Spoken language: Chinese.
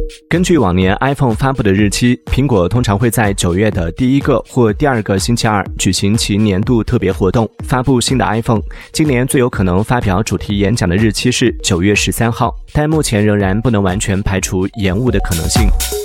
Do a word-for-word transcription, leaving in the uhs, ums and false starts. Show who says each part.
Speaker 1: 根据往年 iPhone 发布的日期，苹果通常会在九月的第一个或第二个星期二举行其年度特别活动，发布新的 iPhone。今年最有可能发表主题演讲的日期是九月十三号，但目前仍然不能完全排除延误的可能性。